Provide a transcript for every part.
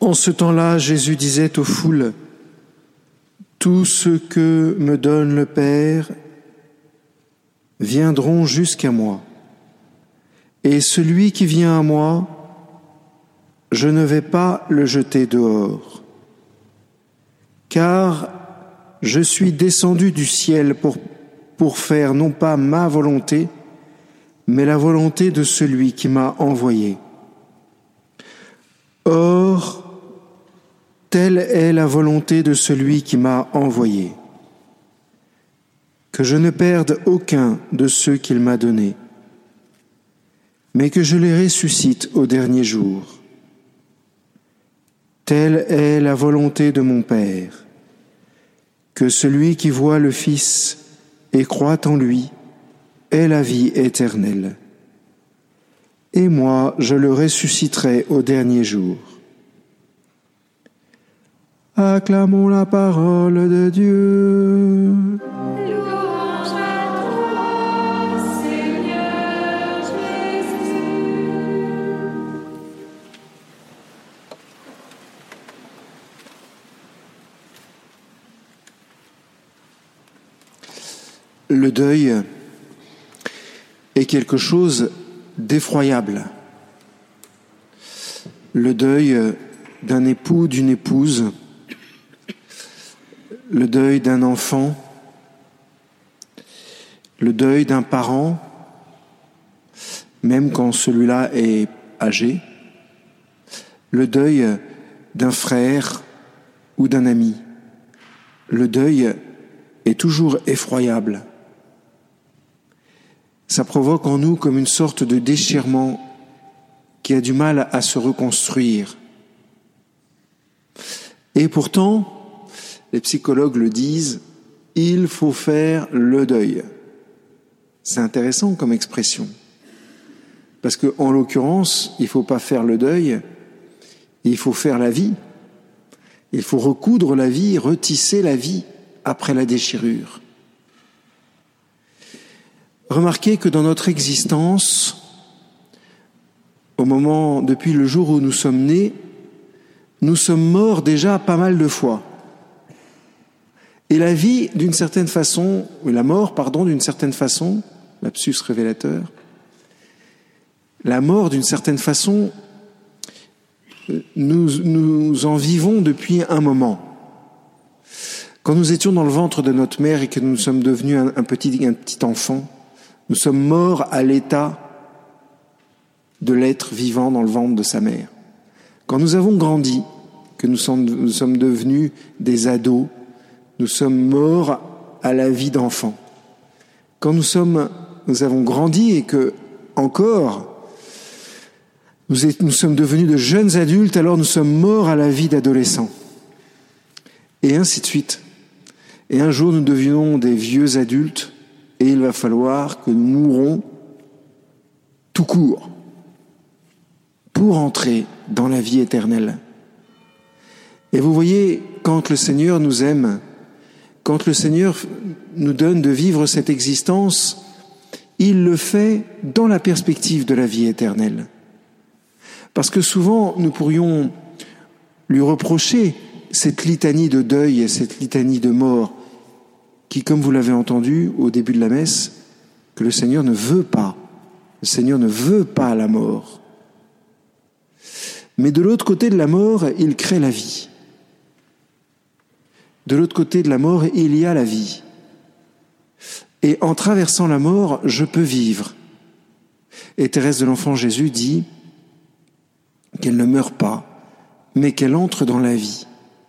En ce temps-là, Jésus disait aux foules, « Tout ce que me donne le Père viendront jusqu'à moi. Et celui qui vient à moi, je ne vais pas le jeter dehors. Car je suis descendu du ciel pour faire non pas ma volonté, mais la volonté de celui qui m'a envoyé. Or, telle est la volonté de celui qui m'a envoyé, que je ne perde aucun de ceux qu'il m'a donnés, mais que je les ressuscite au dernier jour. Telle est la volonté de mon Père, que celui qui voit le Fils et croit en lui ait la vie éternelle. Et moi, je le ressusciterai au dernier jour. » Acclamons la parole de Dieu. Louange à toi, Seigneur Jésus. Le deuil est quelque chose d'effroyable. Le deuil d'un époux, d'une épouse, le deuil d'un enfant, le deuil d'un parent, même quand celui-là est âgé, le deuil d'un frère ou d'un ami. Le deuil est toujours effroyable. Ça provoque en nous comme une sorte de déchirement qui a du mal à se reconstruire. Et pourtant, les psychologues le disent, il faut faire le deuil. C'est intéressant comme expression. Parce que, en l'occurrence, il ne faut pas faire le deuil, il faut faire la vie. Il faut recoudre la vie, retisser la vie après la déchirure. Remarquez que dans notre existence, depuis le jour où nous sommes nés, nous sommes morts déjà pas mal de fois. Et la vie, d'une certaine façon, ou la mort, d'une certaine façon, lapsus révélateur, la mort, d'une certaine façon, nous en vivons depuis un moment. Quand nous étions dans le ventre de notre mère et que nous sommes devenus un petit enfant, nous sommes morts à l'état de l'être vivant dans le ventre de sa mère. Quand nous avons grandi, que nous sommes devenus des ados, nous sommes morts à la vie d'enfant. Quand nous avons grandi et que, encore, nous sommes devenus de jeunes adultes, alors nous sommes morts à la vie d'adolescents. Et ainsi de suite. Et un jour, nous devenons des vieux adultes et il va falloir que nous mourons tout court pour entrer dans la vie éternelle. Et vous voyez, quand le Seigneur nous aime, quand le Seigneur nous donne de vivre cette existence, il le fait dans la perspective de la vie éternelle. Parce que souvent, nous pourrions lui reprocher cette litanie de deuil et cette litanie de mort qui, comme vous l'avez entendu au début de la messe, que le Seigneur ne veut pas. Le Seigneur ne veut pas la mort. Mais de l'autre côté de la mort, il crée la vie. De l'autre côté de la mort, il y a la vie. Et en traversant la mort, je peux vivre. Et Thérèse de l'Enfant Jésus dit qu'elle ne meurt pas, mais qu'elle entre dans la vie.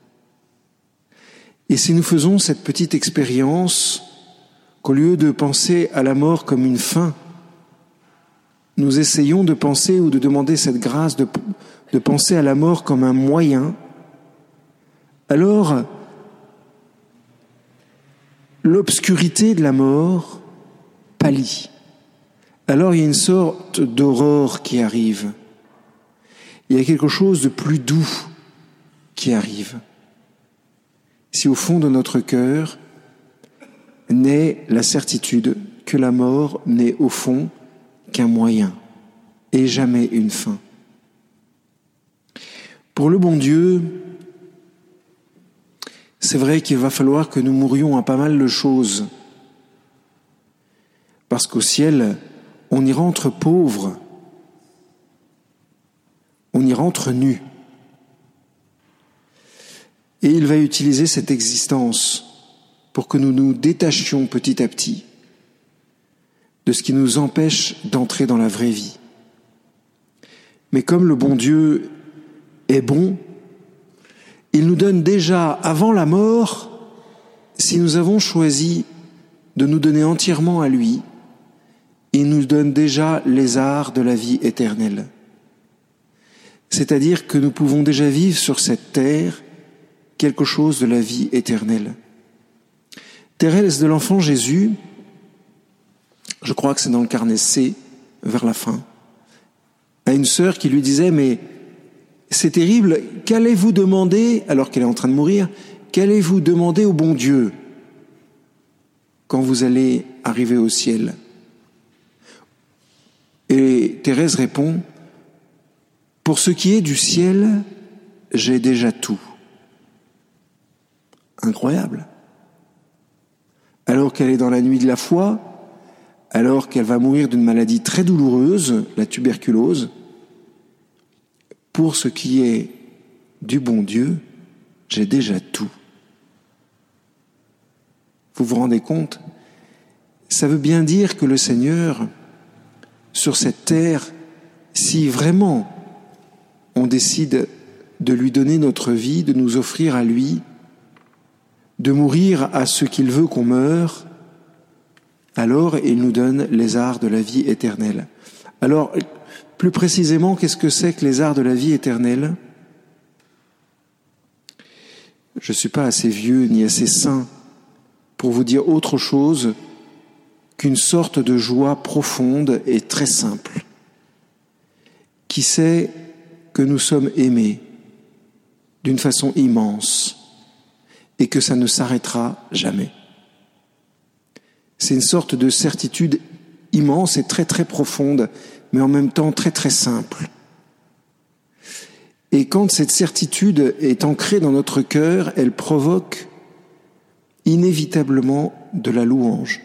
Et si nous faisons cette petite expérience, qu'au lieu de penser à la mort comme une fin, nous essayons de penser ou de demander cette grâce de penser à la mort comme un moyen, alors l'obscurité de la mort pâlit. Alors il y a une sorte d'aurore qui arrive. Il y a quelque chose de plus doux qui arrive. Si au fond de notre cœur naît la certitude que la mort n'est au fond qu'un moyen et jamais une fin. Pour le bon Dieu, c'est vrai qu'il va falloir que nous mourions à pas mal de choses. Parce qu'au ciel, on y rentre pauvre, on y rentre nu. Et il va utiliser cette existence pour que nous nous détachions petit à petit de ce qui nous empêche d'entrer dans la vraie vie. Mais comme le bon Dieu est bon, il nous donne déjà, avant la mort, si nous avons choisi de nous donner entièrement à lui, il nous donne déjà les arts de la vie éternelle. C'est-à-dire que nous pouvons déjà vivre sur cette terre quelque chose de la vie éternelle. Thérèse de l'Enfant Jésus, je crois que c'est dans le carnet C, vers la fin, a une sœur qui lui disait « Mais c'est terrible, qu'allez-vous demander, alors qu'elle est en train de mourir, qu'allez-vous demander au bon Dieu quand vous allez arriver au ciel ?» Et Thérèse répond « Pour ce qui est du ciel, j'ai déjà tout. » Incroyable. Alors qu'elle est dans la nuit de la foi, alors qu'elle va mourir d'une maladie très douloureuse, la tuberculose, pour ce qui est du bon Dieu, j'ai déjà tout. Vous vous rendez compte? Ça veut bien dire que le Seigneur, sur cette terre, si vraiment on décide de lui donner notre vie, de nous offrir à lui, de mourir à ce qu'il veut qu'on meure, alors il nous donne les arts de la vie éternelle. Alors, plus précisément, qu'est-ce que c'est que les arts de la vie éternelle? Je ne suis pas assez vieux ni assez saint pour vous dire autre chose qu'une sorte de joie profonde et très simple, qui sait que nous sommes aimés d'une façon immense et que ça ne s'arrêtera jamais. C'est une sorte de certitude immense et très très profonde, mais en même temps très très simple. Et quand cette certitude est ancrée dans notre cœur, elle provoque inévitablement de la louange.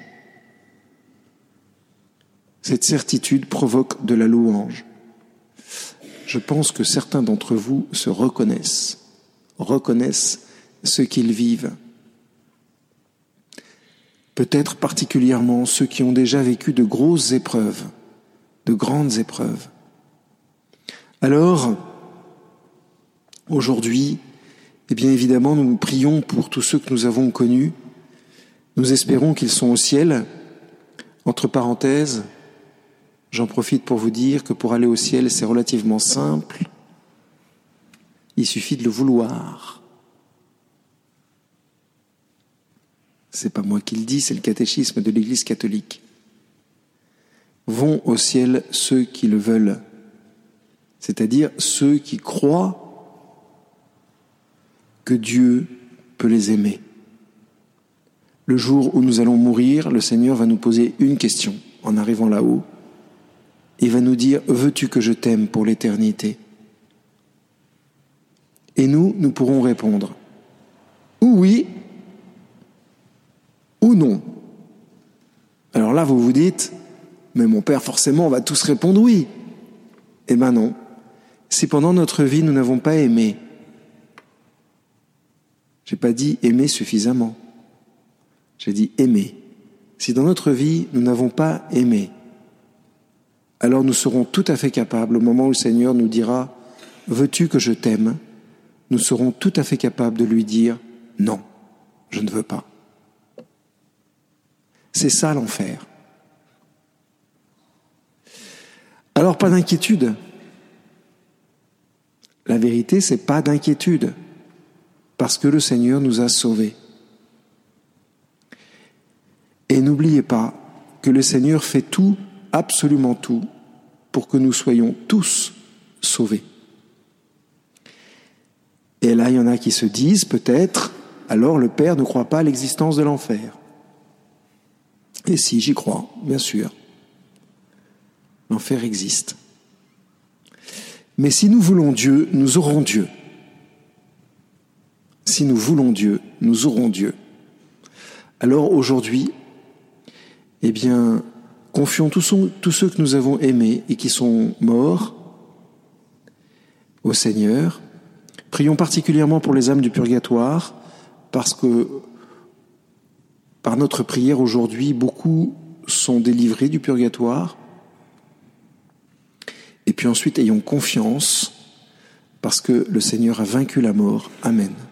Cette certitude provoque de la louange. Je pense que certains d'entre vous se reconnaissent ce qu'ils vivent. Peut-être particulièrement ceux qui ont déjà vécu de grosses épreuves, de grandes épreuves. Alors, aujourd'hui, eh bien évidemment, nous prions pour tous ceux que nous avons connus. Nous espérons qu'ils sont au ciel. Entre parenthèses, j'en profite pour vous dire que pour aller au ciel, c'est relativement simple. Il suffit de le vouloir. C'est pas moi qui le dis, c'est le catéchisme de l'Église catholique. Vont au ciel ceux qui le veulent, c'est-à-dire ceux qui croient que Dieu peut les aimer. Le jour où nous allons mourir, le Seigneur va nous poser une question en arrivant là-haut. Il va nous dire « Veux-tu que je t'aime pour l'éternité ?» Et nous pourrons répondre « Ou oui » ou non. Alors là, vous vous dites, mais mon Père, forcément, on va tous répondre oui. Eh ben non. Si pendant notre vie, nous n'avons pas aimé, j'ai pas dit aimer suffisamment, j'ai dit aimer. Si dans notre vie, nous n'avons pas aimé, alors nous serons tout à fait capables, au moment où le Seigneur nous dira « Veux-tu que je t'aime ?» nous serons tout à fait capables de lui dire « Non, je ne veux pas ». C'est ça l'enfer. Alors pas d'inquiétude. La vérité, c'est pas d'inquiétude, parce que le Seigneur nous a sauvés. Et n'oubliez pas que le Seigneur fait tout, absolument tout, pour que nous soyons tous sauvés. Et là, il y en a qui se disent peut-être, alors le Père ne croit pas à l'existence de l'enfer. Et si, j'y crois, bien sûr. L'enfer existe. Mais si nous voulons Dieu, nous aurons Dieu. Si nous voulons Dieu, nous aurons Dieu. Alors aujourd'hui, eh bien, confions tous ceux que nous avons aimés et qui sont morts au Seigneur. Prions particulièrement pour les âmes du purgatoire, parce que par notre prière aujourd'hui, beaucoup sont délivrés du purgatoire. Et puis ensuite, ayons confiance, parce que le Seigneur a vaincu la mort. Amen.